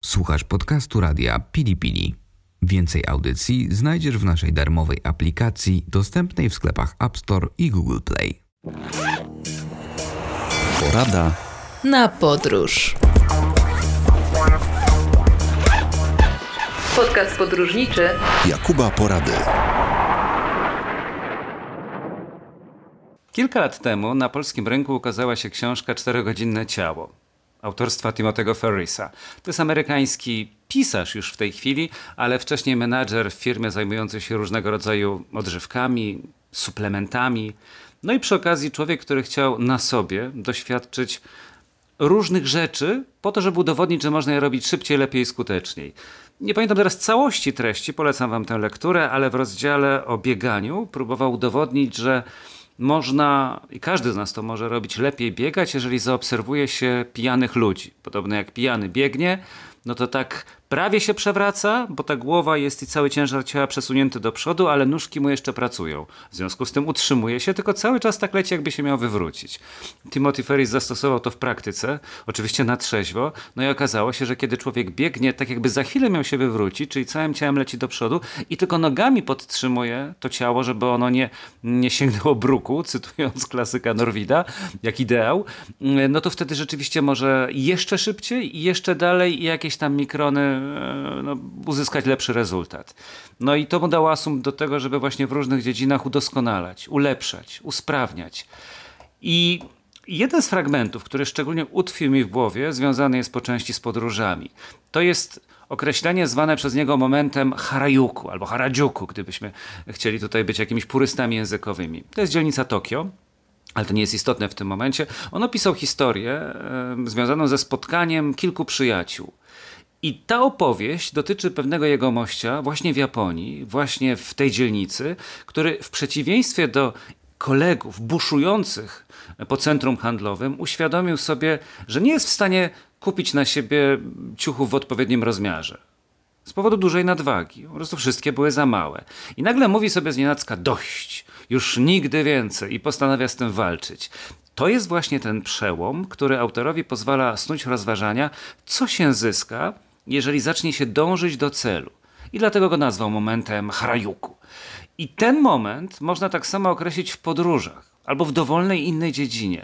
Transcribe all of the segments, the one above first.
Słuchasz podcastu radia Pili Pili. Więcej audycji znajdziesz w naszej darmowej aplikacji dostępnej w sklepach App Store i Google Play. Porada na podróż. Podcast podróżniczy Jakuba Porady. Kilka lat temu na polskim rynku ukazała się książka Czterogodzinne ciało autorstwa Timothy'ego Ferrisa. To jest amerykański pisarz już w tej chwili, ale wcześniej menadżer w firmie zajmujący się różnego rodzaju odżywkami, suplementami. No i przy okazji człowiek, który chciał na sobie doświadczyć różnych rzeczy po to, żeby udowodnić, że można je robić szybciej, lepiej i skuteczniej. Nie pamiętam teraz całości treści, polecam wam tę lekturę, ale w rozdziale o bieganiu próbował udowodnić, że można, i każdy z nas to może robić, lepiej biegać, jeżeli zaobserwuje się pijanych ludzi. Podobno jak pijany biegnie, no to tak prawie się przewraca, bo ta głowa jest i cały ciężar ciała przesunięty do przodu, ale nóżki mu jeszcze pracują. W związku z tym utrzymuje się, tylko cały czas tak leci, jakby się miał wywrócić. Timothy Ferris zastosował to w praktyce, oczywiście na trzeźwo, no i okazało się, że kiedy człowiek biegnie, tak jakby za chwilę miał się wywrócić, czyli całym ciałem leci do przodu i tylko nogami podtrzymuje to ciało, żeby ono nie sięgnęło bruku, cytując klasyka Norwida, jak ideał, no to wtedy rzeczywiście może jeszcze szybciej i jeszcze dalej i jakieś tam mikrony uzyskać lepszy rezultat. No i to mu dało asumpt do tego, żeby właśnie w różnych dziedzinach udoskonalać, ulepszać, usprawniać. I jeden z fragmentów, który szczególnie utkwił mi w głowie, związany jest po części z podróżami. To jest określenie zwane przez niego momentem Harajuku albo Harajuku, gdybyśmy chcieli tutaj być jakimiś purystami językowymi. To jest dzielnica Tokio. Ale to nie jest istotne w tym momencie. On opisał historię związaną ze spotkaniem kilku przyjaciół. I ta opowieść dotyczy pewnego jegomościa właśnie w Japonii, właśnie w tej dzielnicy, który w przeciwieństwie do kolegów buszujących po centrum handlowym uświadomił sobie, że nie jest w stanie kupić na siebie ciuchów w odpowiednim rozmiarze. Z powodu dużej nadwagi. Po prostu wszystkie były za małe. I nagle mówi sobie znienacka dość, już nigdy więcej i postanawia z tym walczyć. To jest właśnie ten przełom, który autorowi pozwala snuć rozważania, co się zyska, jeżeli zacznie się dążyć do celu. I dlatego go nazwał momentem Harajuku. I ten moment można tak samo określić w podróżach albo w dowolnej innej dziedzinie.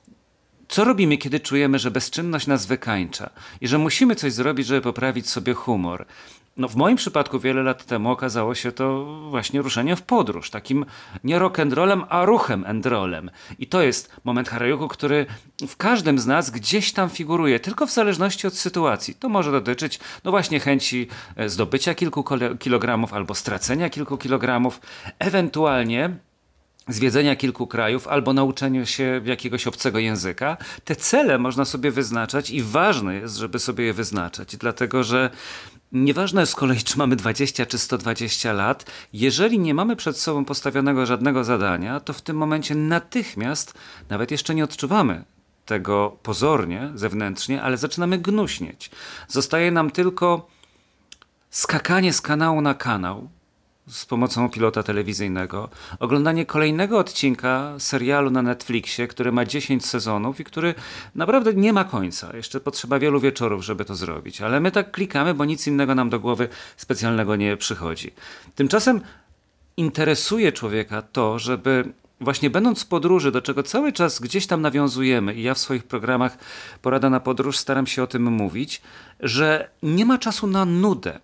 Co robimy, kiedy czujemy, że bezczynność nas wykańcza i że musimy coś zrobić, żeby poprawić sobie humor? No w moim przypadku wiele lat temu okazało się to właśnie ruszeniem w podróż, takim nie rock'n'rollem, a ruchem and-rollem. I to jest moment Harajuku, który w każdym z nas gdzieś tam figuruje, tylko w zależności od sytuacji. To może dotyczyć no właśnie chęci zdobycia kilku kilogramów albo stracenia kilku kilogramów, ewentualnie zwiedzenia kilku krajów albo nauczeniu się jakiegoś obcego języka. Te cele można sobie wyznaczać i ważne jest, żeby sobie je wyznaczać, dlatego że nieważne jest z kolei, czy mamy 20 czy 120 lat, jeżeli nie mamy przed sobą postawionego żadnego zadania, to w tym momencie natychmiast, nawet jeszcze nie odczuwamy tego pozornie, zewnętrznie, ale zaczynamy gnuśnieć. Zostaje nam tylko skakanie z kanału na kanał, z pomocą pilota telewizyjnego, oglądanie kolejnego odcinka serialu na Netflixie, który ma 10 sezonów i który naprawdę nie ma końca. Jeszcze potrzeba wielu wieczorów, żeby to zrobić. Ale my tak klikamy, bo nic innego nam do głowy specjalnego nie przychodzi. Tymczasem interesuje człowieka to, żeby właśnie będąc w podróży, do czego cały czas gdzieś tam nawiązujemy i ja w swoich programach Porada na podróż staram się o tym mówić, że nie ma czasu na nudę.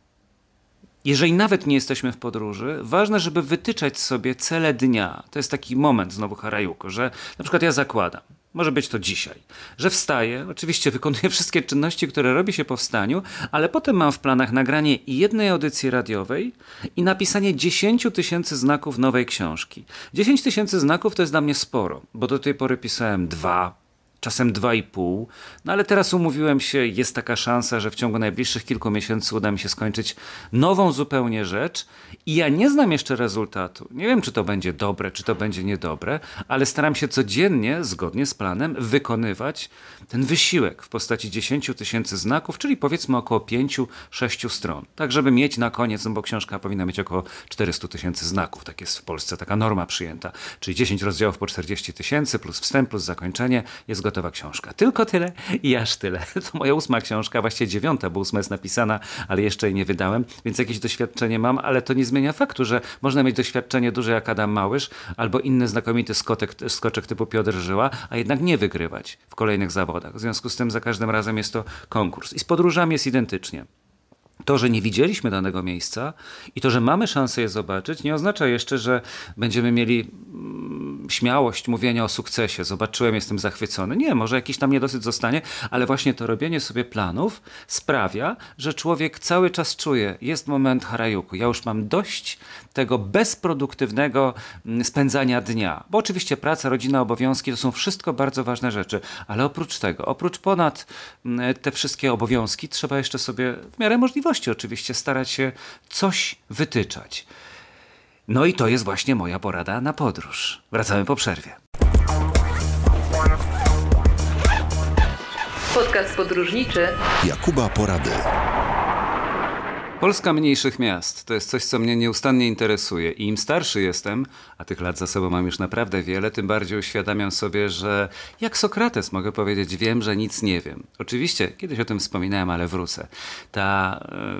Jeżeli nawet nie jesteśmy w podróży, ważne, żeby wytyczać sobie cele dnia. To jest taki moment znowu Harajuku, że na przykład ja zakładam, może być to dzisiaj, że wstaję, oczywiście wykonuję wszystkie czynności, które robi się po wstaniu, ale potem mam w planach nagranie jednej audycji radiowej i napisanie 10 000 znaków nowej książki. 10 000 znaków to jest dla mnie sporo, bo do tej pory pisałem 2, czasem 2,5, no ale teraz umówiłem się, jest taka szansa, że w ciągu najbliższych kilku miesięcy uda mi się skończyć nową zupełnie rzecz i ja nie znam jeszcze rezultatu. Nie wiem, czy to będzie dobre, czy to będzie niedobre, ale staram się codziennie, zgodnie z planem, wykonywać ten wysiłek w postaci 10 000 znaków, czyli powiedzmy około 5-6 stron. Tak, żeby mieć na koniec, no bo książka powinna mieć około 400 000 znaków. Tak jest w Polsce, taka norma przyjęta. Czyli 10 rozdziałów po 40 000 plus wstęp, plus zakończenie jest gotowe gotowa książka. Tylko tyle i aż tyle. To moja 8. książka, właściwie 9, bo 8 jest napisana, ale jeszcze jej nie wydałem, więc jakieś doświadczenie mam, ale to nie zmienia faktu, że można mieć doświadczenie duże jak Adam Małysz albo inny znakomity skoczek typu Piotr Żyła, a jednak nie wygrywać w kolejnych zawodach. W związku z tym za każdym razem jest to konkurs. I z podróżami jest identycznie. To, że nie widzieliśmy danego miejsca i to, że mamy szansę je zobaczyć, nie oznacza jeszcze, że będziemy mieli śmiałość mówienia o sukcesie. Zobaczyłem, jestem zachwycony. Nie, może jakiś tam niedosyt zostanie, ale właśnie to robienie sobie planów sprawia, że człowiek cały czas czuje, jest moment harajuku. Ja już mam dość tego bezproduktywnego spędzania dnia. Bo oczywiście praca, rodzina, obowiązki to są wszystko bardzo ważne rzeczy, ale oprócz tego, oprócz ponad te wszystkie obowiązki, trzeba jeszcze sobie w miarę możliwości oczywiście starać się coś wytyczać. No i to jest właśnie moja porada na podróż. Wracamy po przerwie. Podcast podróżniczy Jakuba Porady. Polska mniejszych miast to jest coś, co mnie nieustannie interesuje i im starszy jestem, a tych lat za sobą mam już naprawdę wiele, tym bardziej uświadamiam sobie, że jak Sokrates mogę powiedzieć, wiem, że nic nie wiem. Oczywiście, kiedyś o tym wspominałem, ale wrócę. Ta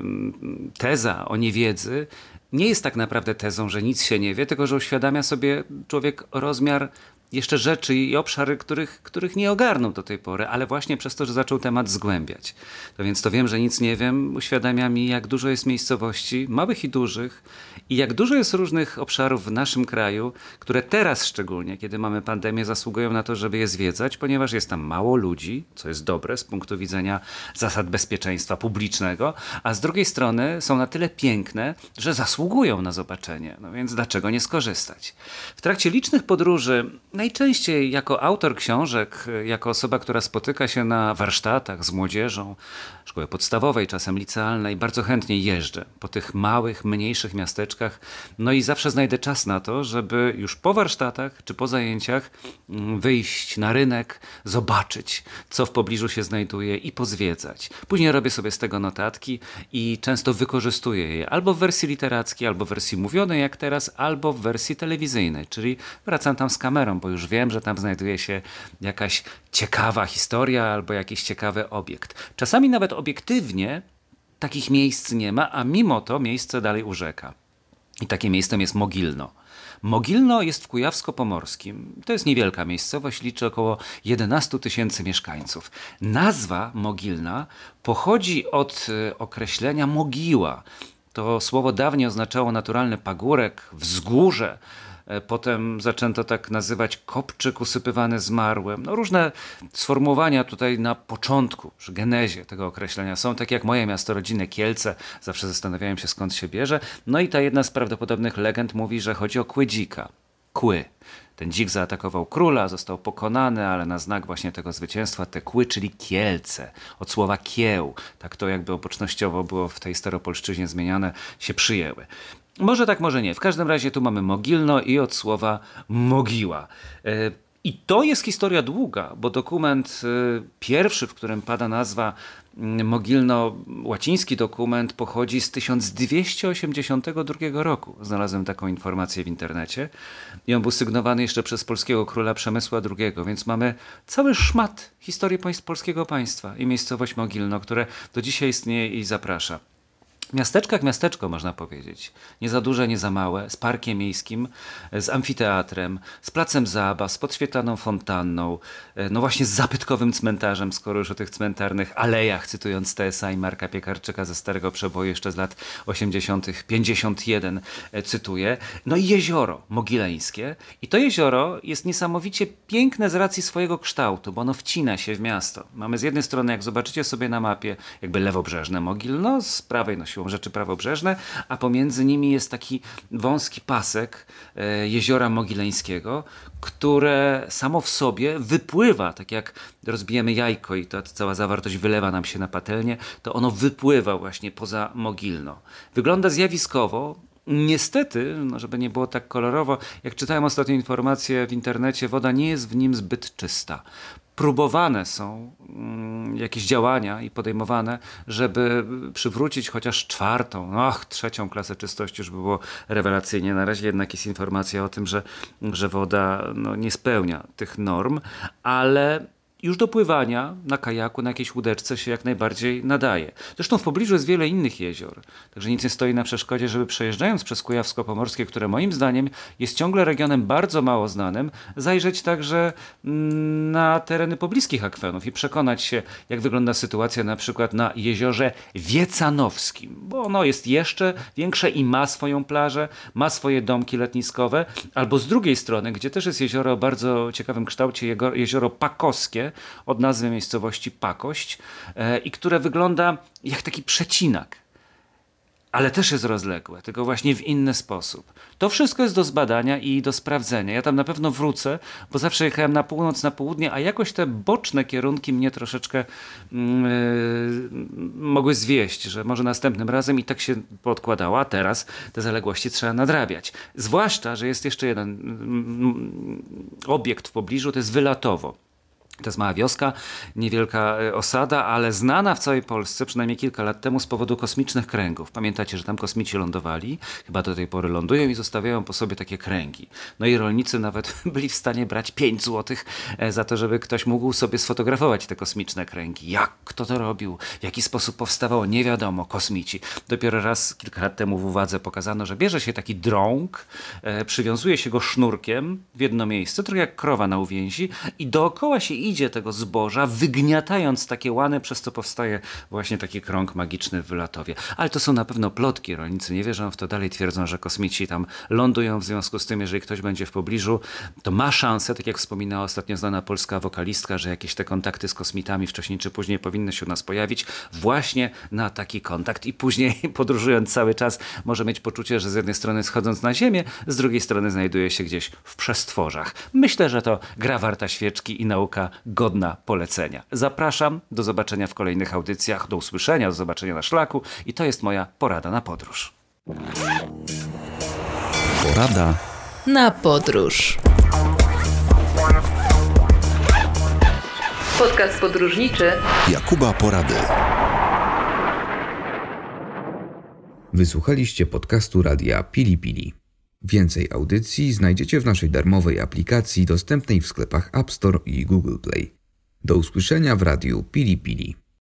teza o niewiedzy nie jest tak naprawdę tezą, że nic się nie wie, tylko że uświadamia sobie człowiek rozmiar jeszcze rzeczy i obszary, których nie ogarnął do tej pory, ale właśnie przez to, że zaczął temat zgłębiać. To więc to wiem, że nic nie wiem, uświadamia mi, jak dużo jest miejscowości, małych i dużych, i jak dużo jest różnych obszarów w naszym kraju, które teraz szczególnie, kiedy mamy pandemię, zasługują na to, żeby je zwiedzać, ponieważ jest tam mało ludzi, co jest dobre z punktu widzenia zasad bezpieczeństwa publicznego, a z drugiej strony są na tyle piękne, że zasługują na zobaczenie. No więc dlaczego nie skorzystać? W trakcie licznych podróży, najczęściej jako autor książek, jako osoba, która spotyka się na warsztatach z młodzieżą, szkoły podstawowej, czasem licealnej, bardzo chętnie jeżdżę po tych małych, mniejszych miasteczkach. No i zawsze znajdę czas na to, żeby już po warsztatach czy po zajęciach wyjść na rynek, zobaczyć, co w pobliżu się znajduje i pozwiedzać. Później robię sobie z tego notatki i często wykorzystuję je albo w wersji literackiej, albo w wersji mówionej jak teraz, albo w wersji telewizyjnej, czyli wracam tam z kamerą, bo już wiem, że tam znajduje się jakaś ciekawa historia albo jakiś ciekawy obiekt. Czasami nawet obiektywnie takich miejsc nie ma, a mimo to miejsce dalej urzeka. I takim miejscem jest Mogilno. Mogilno jest w Kujawsko-Pomorskim. To jest niewielka miejscowość, liczy około 11 000 mieszkańców. Nazwa Mogilna pochodzi od określenia mogiła. To słowo dawniej oznaczało naturalny pagórek, wzgórze. Potem zaczęto tak nazywać kopczyk usypywany zmarłym. No różne sformułowania tutaj na początku, przy genezie tego określenia są, tak jak moje miasto rodzinne Kielce. Zawsze zastanawiałem się, skąd się bierze. No i ta jedna z prawdopodobnych legend mówi, że chodzi o kły dzika. Kły. Ten dzik zaatakował króla, został pokonany, ale na znak właśnie tego zwycięstwa te kły, czyli Kielce, od słowa kieł, tak to jakby opocznościowo było w tej staropolszczyźnie zmieniane, się przyjęły. Może tak, może nie. W każdym razie tu mamy Mogilno i od słowa mogiła. I to jest historia długa, bo dokument pierwszy, w którym pada nazwa Mogilno, łaciński dokument, pochodzi z 1282 roku. Znalazłem taką informację w internecie i on był sygnowany jeszcze przez polskiego króla Przemysła II, więc mamy cały szmat historii polskiego państwa i miejscowość Mogilno, które do dzisiaj istnieje i zaprasza. Miasteczko jak miasteczko, można powiedzieć. Nie za duże, nie za małe, z parkiem miejskim, z amfiteatrem, z placem zabaw, z podświetlaną fontanną, no właśnie z zabytkowym cmentarzem, skoro już o tych cmentarnych alejach, cytując T.S.A. i Marka Piekarczyka ze Starego Przeboju jeszcze z lat 80., 51 cytuję. No i jezioro mogileńskie. I to jezioro jest niesamowicie piękne z racji swojego kształtu, bo ono wcina się w miasto. Mamy z jednej strony, jak zobaczycie sobie na mapie, jakby lewobrzeżne Mogilno, z prawej siłą rzeczy prawobrzeżne, a pomiędzy nimi jest taki wąski pasek jeziora Mogileńskiego, które samo w sobie wypływa, tak jak rozbijemy jajko i ta cała zawartość wylewa nam się na patelnię, to ono wypływa właśnie poza Mogilno. Wygląda zjawiskowo. Niestety, no żeby nie było tak kolorowo, jak czytałem ostatnie informacje w internecie, woda nie jest w nim zbyt czysta. Próbowane są jakieś działania i podejmowane, żeby przywrócić chociaż trzecią klasę czystości, już by było rewelacyjnie. Na razie jednak jest informacja o tym, że woda nie spełnia tych norm, ale już do pływania na kajaku, na jakiejś łódeczce się jak najbardziej nadaje. Zresztą w pobliżu jest wiele innych jezior, także nic nie stoi na przeszkodzie, żeby przejeżdżając przez Kujawsko-Pomorskie, które moim zdaniem jest ciągle regionem bardzo mało znanym, zajrzeć także na tereny pobliskich akwenów i przekonać się, jak wygląda sytuacja na przykład na jeziorze Wiecanowskim, bo ono jest jeszcze większe i ma swoją plażę, ma swoje domki letniskowe, albo z drugiej strony, gdzie też jest jezioro o bardzo ciekawym kształcie, jezioro Pakowskie, od nazwy miejscowości Pakość, i które wygląda jak taki przecinak, ale też jest rozległe, tylko właśnie w inny sposób. To wszystko jest do zbadania i do sprawdzenia. Ja tam na pewno wrócę, bo zawsze jechałem na północ, na południe, a jakoś te boczne kierunki mnie troszeczkę mogły zwieść, że może następnym razem i tak się podkładało, a teraz te zaległości trzeba nadrabiać. Zwłaszcza, że jest jeszcze jeden obiekt w pobliżu, to jest Wylatowo. To jest mała wioska, niewielka osada, ale znana w całej Polsce przynajmniej kilka lat temu z powodu kosmicznych kręgów. Pamiętacie, że tam kosmici lądowali? Chyba do tej pory lądują i zostawiają po sobie takie kręgi. No i rolnicy nawet byli w stanie brać 5 złotych za to, żeby ktoś mógł sobie sfotografować te kosmiczne kręgi. Jak kto to robił? W jaki sposób powstawało? Nie wiadomo. Kosmici. Dopiero raz, kilka lat temu w Uwadze pokazano, że bierze się taki drąg, przywiązuje się go sznurkiem w jedno miejsce, trochę jak krowa na uwięzi i dookoła się idzie tego zboża, wygniatając takie łany, przez co powstaje właśnie taki krąg magiczny w Wylatowie. Ale to są na pewno plotki, rolnicy nie wierzą w to, dalej twierdzą, że kosmici tam lądują, w związku z tym, jeżeli ktoś będzie w pobliżu, to ma szansę, tak jak wspominała ostatnio znana polska wokalistka, że jakieś te kontakty z kosmitami wcześniej czy później powinny się u nas pojawić, właśnie na taki kontakt i później podróżując cały czas może mieć poczucie, że z jednej strony schodząc na ziemię, z drugiej strony znajduje się gdzieś w przestworzach. Myślę, że to gra warta świeczki i nauka godna polecenia. Zapraszam, do zobaczenia w kolejnych audycjach, do usłyszenia, do zobaczenia na szlaku i to jest moja porada na podróż. Porada na podróż. Podcast podróżniczy Jakuba Porady. Wysłuchaliście podcastu Radia Pili Pili. Więcej audycji znajdziecie w naszej darmowej aplikacji dostępnej w sklepach App Store i Google Play. Do usłyszenia w Radiu Pili Pili.